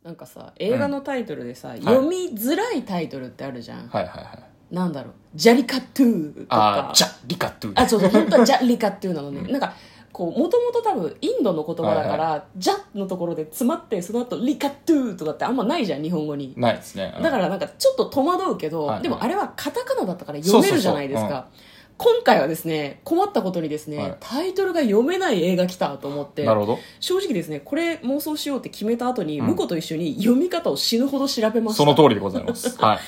なんかさ、映画のタイトルでさ、読みづらいタイトルってあるじゃん。 はいはいはい。 なんだろう、ジャリカトゥーとか。 ジャリカトゥー。 あ、そうそう、本当はジャリカトゥーなのね。なんか、こう、もともと多分、インドの言葉だから、ジャのところで詰まって、その後、リカトゥーとかってあんまないじゃん、日本語に。 ないですね。 だからなんか、ちょっと戸惑うけど、でもあれはカタカナだったから読めるじゃないですか。 そうそうそう今回はですね、困ったことにですね、タイトルが読めない映画来たと思って、 なるほど。 正直ですね、これ妄想しようって決めた後に、婿と一緒に読み方を死ぬほど調べました。 その通りでございます。はい。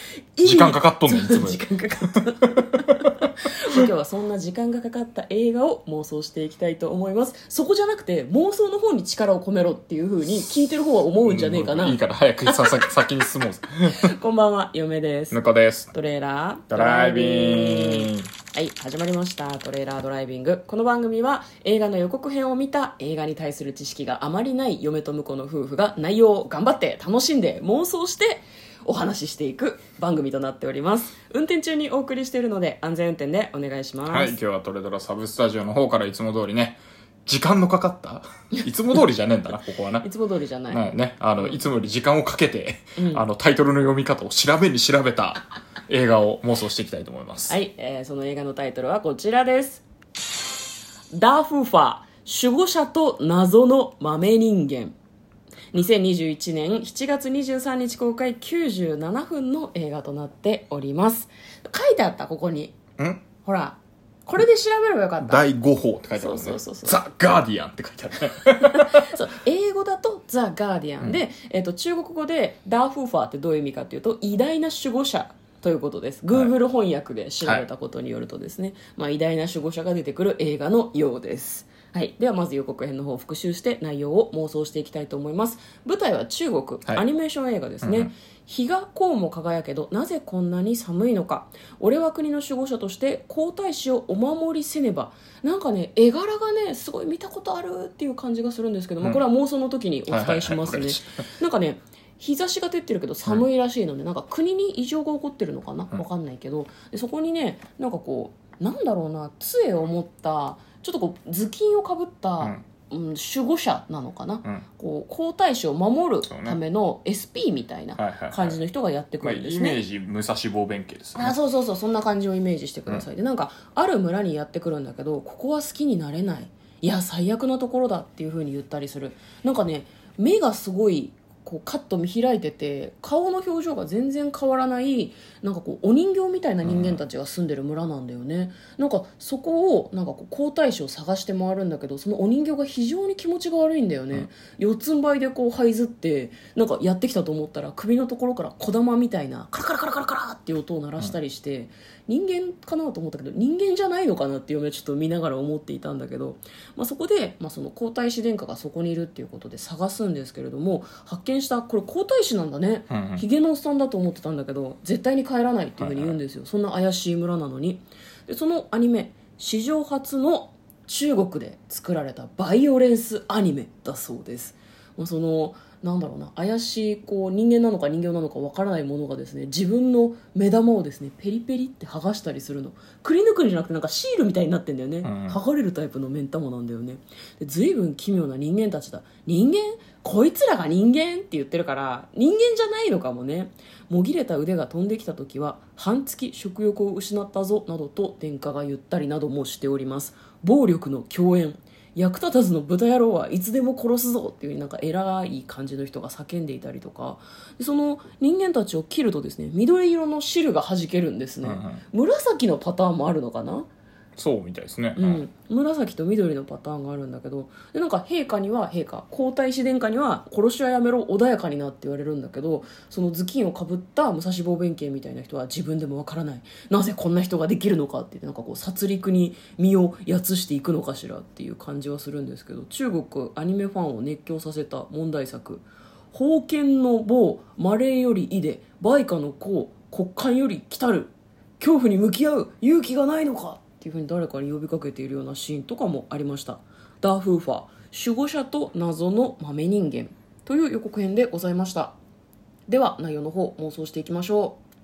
時間かかっとんねん、いつも。 時間かかった今日はそんな時間がかかった映画を妄想していきたいと思います。そこじゃなくて妄想の方に力を込めろっていう風に聞いてる方は思うんじゃねえかな。 いいから早く先に進もう。 こんばんは、嫁です。 ぬかです。 トレーラードライビング。 はい、始まりました。トレーラードライビング。この番組は映画の予告編を見た映画に対する知識があまりない嫁と婿の夫婦が内容を頑張って楽しんで妄想してお話ししていく番組となっております。運転中にお送りしているので安全運転でお願いします。 はい、今日はトレドラサブスタジオの方からいつも通りね、時間のかかったいつも通りじゃねえんだな、ここはな。 いつも通りじゃない。 ね、いつもより時間をかけて、タイトルの読み方を調べた映画を妄想していきたいと思います。 はい、その映画のタイトルはこちらです。ダーフーファー、守護者と謎の豆人間。2021年7月23日公開97分の映画となっております。書いてあった、ここに。ほら、これで調べればよかった。 第5報って書いてあるね。 そうザ・ガーディアンって書いてあるね。 そう、英語だとザ・ガーディアンで、中国語でダーフーファーってどういう意味かというと、偉大な守護者ということです。Google 翻訳で調べたことによるとですね、偉大な守護者が出てくる映画のようです。はい、ではまず予告編の方を復習して内容を妄想していきたいと思います。舞台は中国、アニメーション映画ですね。日がこうも輝けどなぜこんなに寒いのか、俺は国の守護者として皇太子をお守りせねば。なんかね、絵柄がねすごい見たことあるっていう感じがするんですけども、これは妄想の時にお伝えしますね。なんかね、日差しが照ってるけど寒いらしいので、なんか国に異常が起こってるのかな、わかんないけど、でそこにね、なんかこうなんだろうな、杖を持ったちょっとこう頭巾をかぶった、守護者なのかな、こう皇太子を守るための SP みたいな感じの人がやってくるんですね。 イメージ武蔵坊弁慶ですね。 そう、そんな感じをイメージしてください。でなんかある村にやってくるんだけど、ここは好きになれない、いや最悪なところだっていう風に言ったりする。なんかね、目がすごいこうカッと見開いてて、顔の表情が全然変わらない、なんかこうお人形みたいな人間たちが住んでる村なんだよね。なんかそこをなんかこう皇太子を探して回るんだけど、そのお人形が非常に気持ちが悪いんだよね。四つん這いでこう這いずって、なんかやってきたと思ったら首のところから小玉みたいなカラカラカラカラカラっていう音を鳴らしたりして、人間かなと思ったけど人間じゃないのかなっていうのをちょっと見ながら思っていたんだけど、そこで、その皇太子殿下がそこにいるっていうことで探すんですけれども、発見した、これ皇太子なんだね、ヒゲのおっさんだと思ってたんだけど絶対に帰らないっていうふうに言うんですよ、そんな怪しい村なのに。でそのアニメ、史上初の中国で作られたバイオレンスアニメだそうです。そのなんだろうな、怪しいこう人間なのか人形なのかわからないものがですね、自分の目玉をですねペリペリって剥がしたりするの。くり抜くんじゃなくてなんかシールみたいになってんだよね、剥がれるタイプの目ん玉なんだよね。で随分奇妙な人間たちだ。人間、こいつらが人間って言ってるから人間じゃないのかもね。もぎれた腕が飛んできた時は半月食欲を失ったぞなどと殿下が言ったりなどもしております。暴力の狂演、役立たずの豚野郎はいつでも殺すぞっていうなんか偉い感じの人が叫んでいたりとか、その人間たちを切るとですね、緑色の汁が弾けるんですね、紫のパターンもあるのかな。 そうみたいですね、 紫と緑のパターンがあるんだけど、でなんか陛下には、皇太子殿下には殺しはやめろ穏やかになって言われるんだけど、その頭巾をかぶった武蔵坊弁慶みたいな人は自分でもわからない、なぜこんな人ができるのかって言って、なんかこう殺戮に身をやつしていくのかしらっていう感じはするんですけど、中国アニメファンを熱狂させた問題作、封建の某マレーよりいで売家の子国官より来たる、恐怖に向き合う勇気がないのかっていう風に誰かに呼びかけているようなシーンとかもありました。ダーフーファー、守護者と謎の豆人間という予告編でございました。では内容の方妄想していきましょう。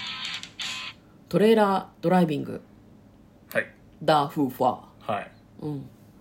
トレーラードライビング、 はい、 ダーフーファー、 はい、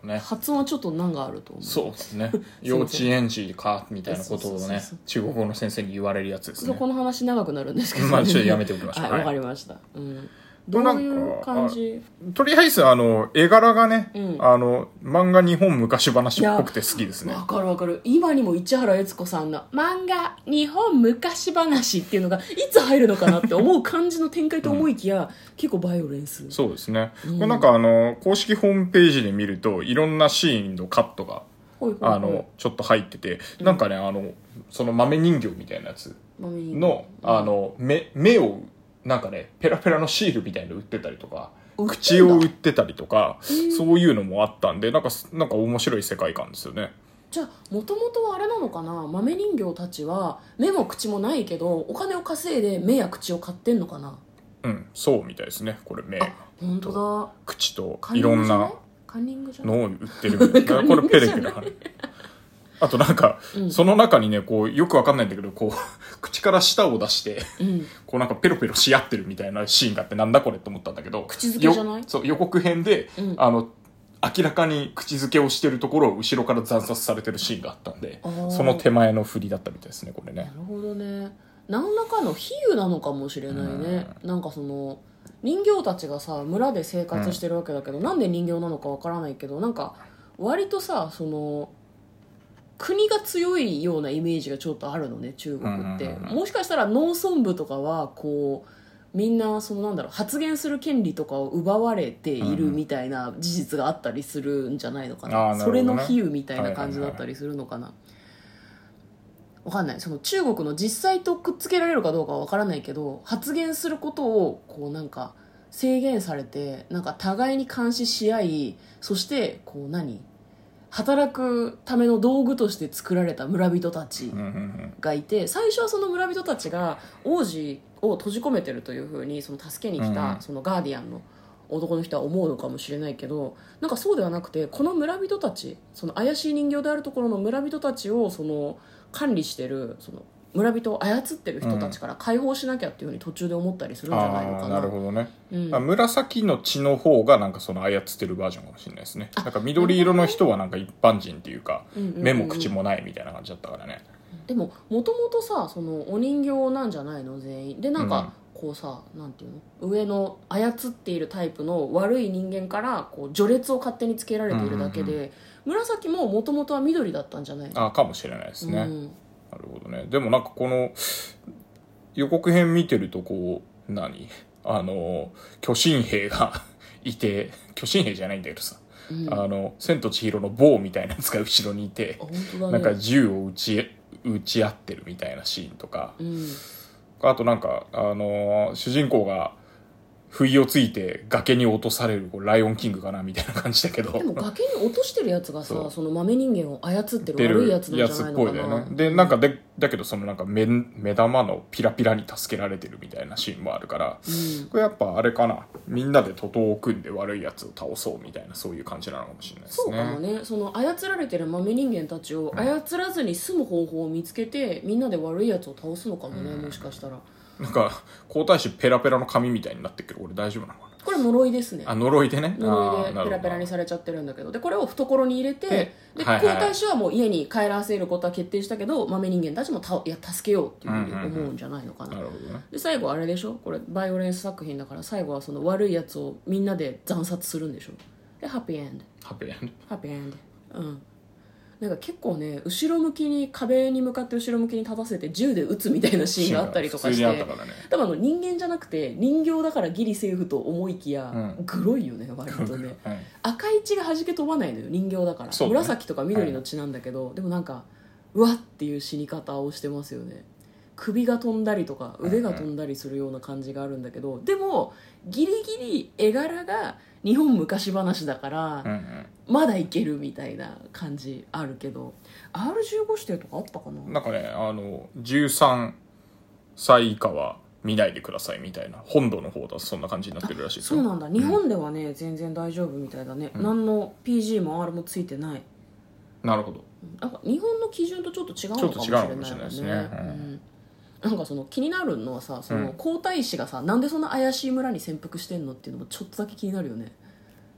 ね。 発音はちょっと難があると思う。 そうですね。幼稚園児かみたいなことをね、中国語の先生に言われるやつですね。 この話長くなるんですけど、 まあちょっとやめておきましょう。 はい、わかりました。どういう感じ？ とりあえず絵柄がね、漫画日本昔話っぽくて好きですね。 わかるわかる。今にも市原悦子さんの漫画日本昔話っていうのがいつ入るのかなって思う感じの展開と思いきや、結構バイオレンス。 そうですね。なんか公式ホームページで見るといろんなシーンのカットがちょっと入ってて、なんかねその豆人形みたいなやつの目をなんかね、ペラペラのシールみたいなの売ってたりとか、口を売ってたりとか、そういうのもあったんで、なんか面白い世界観ですよね。 じゃあ、もともとはあれなのかな、豆人形たちは、目も口もないけど、お金を稼いで目や口を買ってんのかな。 うん、そうみたいですね、これ目。 本当だ。 口といろんなのを売ってるみたいな。これペレペレ貼る。あとなんか、その中にね、こう、よくわかんないんだけど、こう、口から舌を出して、こうなんかペロペロし合ってるみたいなシーンがあって、なんだこれと思ったんだけど、 口づけじゃない？ そう、予告編で、明らかに口づけをしてるところを後ろから惨殺されてるシーンがあったんで、その手前の振りだったみたいですね、これね。 なるほどね。何らかの比喩なのかもしれないね。なんかその、人形たちがさ、村で生活してるわけだけど、なんで人形なのかわからないけど、なんか、割とさ、その、国が強いようなイメージがちょっとあるのね、中国って。もしかしたら農村部とかはこうみんなそのなんだろう、発言する権利とかを奪われているみたいな事実があったりするんじゃないのかな、それの比喩みたいな感じだったりするのかな、わかんない。その中国の実際とくっつけられるかどうかはわからないけど、発言することをこうなんか制限されて、なんか互いに監視し合い、そしてこう働くための道具として作られた村人たちがいて、最初はその村人たちが王子を閉じ込めてるというふうにその助けに来たそのガーディアンの男の人は思うのかもしれないけど、なんかそうではなくて、この村人たち、その怪しい人形であるところの村人たちをその管理してるその村人を操ってる人たちから解放しなきゃっていうふうに途中で思ったりするんじゃないのかな。 なるほどね、紫の血の方がなんかその操ってるバージョンかもしれないですね。なんか緑色の人はなんか一般人っていうか、目も口もないみたいな感じだったからね。 でももともとさ、そのお人形なんじゃないの全員で、なんかこうさ、なんていうの、上の操っているタイプの悪い人間からこう序列を勝手につけられているだけで、紫ももともとは緑だったんじゃないの？ かもしれないですね、なるほどね。でもなんかこの予告編見てるとこう巨神兵がいて、巨神兵じゃないんだけどさ、千と千尋の棒みたいなやつが後ろにいて、なんか銃を撃ち合ってるみたいなシーンとか、あとなんか主人公が不意をついて崖に落とされるライオンキングかなみたいな感じだけど、 でも崖に落としてるやつがさ、その豆人間を操ってる悪いやつなんじゃないのかな。 やつっぽいだよね。でなんかだけどそのなんか目玉のピラピラに助けられてるみたいなシーンもあるから、これやっぱあれかな、みんなで徒党を組んで悪いやつを倒そうみたいな、そういう感じなのかもしれないですね。 そうかもね。その操られてる豆人間たちを操らずに済む方法を見つけて、みんなで悪いやつを倒すのかもね、もしかしたら。 なんか皇太子ペラペラの紙みたいになってるけど、これ大丈夫なのかな。 これ呪いですね。 呪いでね。 呪いでペラペラにされちゃってるんだけど、でこれを懐に入れて、で皇太子はもう家に帰らせることは決定したけど、豆人間たちも助けようっていうふうに思うんじゃないのかな。 なるほどね。 で最後あれでしょ、これバイオレンス作品だから、最後はその悪いやつをみんなで惨殺するんでしょ。でハッピーエンド。 ハッピーエンド。 ハッピーエンド。なんか結構ね、後ろ向きに壁に向かって後ろ向きに立たせて銃で撃つみたいなシーンがあったりとかして、多分人間じゃなくて人形だからギリセーフと思いきや、グロいよね割とね赤い血が弾け飛ばないのよ、人形だから、紫とか緑の血なんだけど、でもなんかうわっていう死に方をしてますよね。首が飛んだりとか腕が飛んだりするような感じがあるんだけど、でもギリギリ絵柄が日本昔話だから、まだいけるみたいな感じあるけど、 R15 指定とかあったかな。 なんかね、13歳以下は見ないでくださいみたいな、本土の方だとそんな感じになってるらしいですよ。 そうなんだ。日本ではね、全然大丈夫みたいだね、何の PG も R もついてない。 なるほど。 なんか日本の基準とちょっと違うのかもしれないですね。なんかその気になるのはさ、その皇太子がさ、なんでそんな怪しい村に潜伏してんのっていうのもちょっとだけ気になるよね。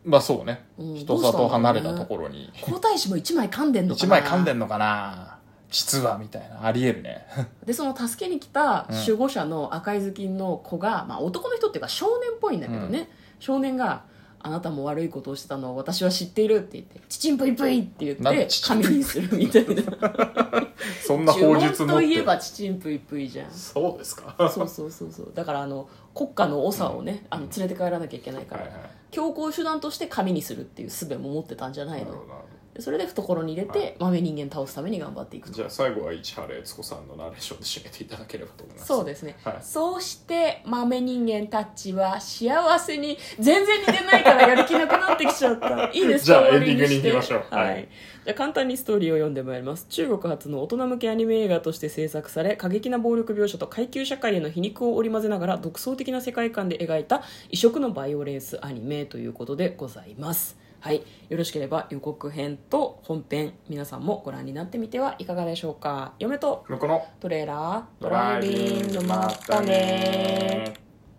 まあそうね、 うん人里離れたところに皇太子も1枚噛んでんのか一な。 枚噛んでんのかな実はみたいな、ありえるね。 でその助けに来た守護者の赤い頭巾の子が、まあ、男の人っていうか少年っぽいんだけどね、少年があなたも悪いことをしてたのを私は知っているって言ってチチンプイプイって言って神にするみたいな。 そんな法術呪文と持っていえばチチンプイプイじゃん。 そうですか。 そうそうそうそう。だから国家の長をね、連れて帰らなきゃいけないから、 はいはい、 強行手段として神にするっていう術も持ってたんじゃないの。 なるほどなるほど。 でそれで懐に入れて、 はい豆人間倒すために頑張っていくと。 じゃあ最後は市原悦子さんのナレーションで締めていただければと思います。 そうですね、 はい、 そうして豆人間たちは幸せに、全然似てないからやる気なくなってきちゃったいいですか。 じゃあ終わりエンディングにして行きましょう。 はい、 はい、 じゃあ簡単にストーリーを読んでまいります。中国初の大人向けアニメ映画として制作され、過激な暴力描写と階級社会への皮肉を織り交ぜながら独創的な世界観で描いた異色のバイオレンスアニメということでございます。はい、よろしければ予告編と本編皆さんもご覧になってみてはいかがでしょうか。嫁と向こうのトレーラードライビング、まったねー。